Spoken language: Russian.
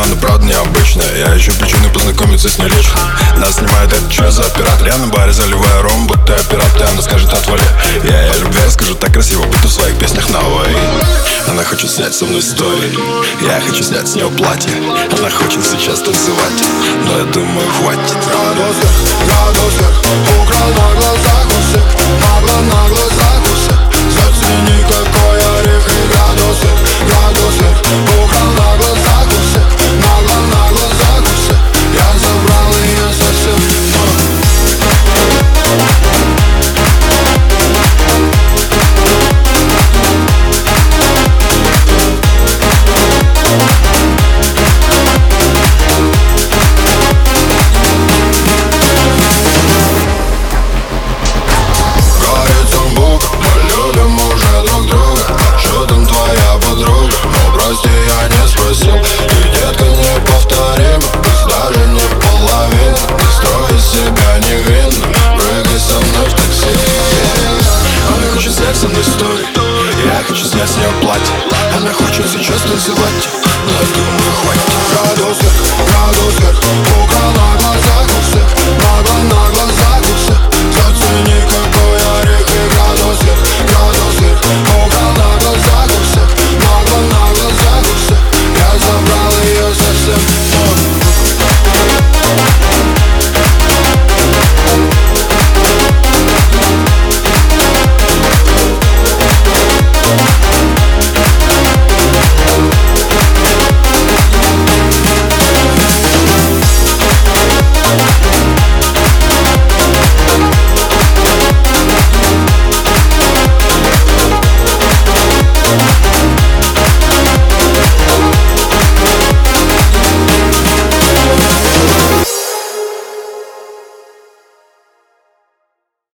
она правда необычная. Я ищу причины познакомиться с ней лично. Нас снимает этот час за оператор. Я на баре заливаю ром, будто оператор. Она скажет отвали. Я ей любви расскажу так красиво, будто в своих песнях на Hawaii. Она хочет снять со мной истории, я хочу снять с нее платье. Она хочет сейчас танцевать, но я думаю, хватит. Градус вверх, украл на глазах у всех. На глазах у всех. Зацени, какой орех. И градус вверх, украл на глазах у всех. На глазах у всех. Я забрал ее совсем. Я хочу снять с нее платье. Она хочет сейчас танцевать, но я думаю,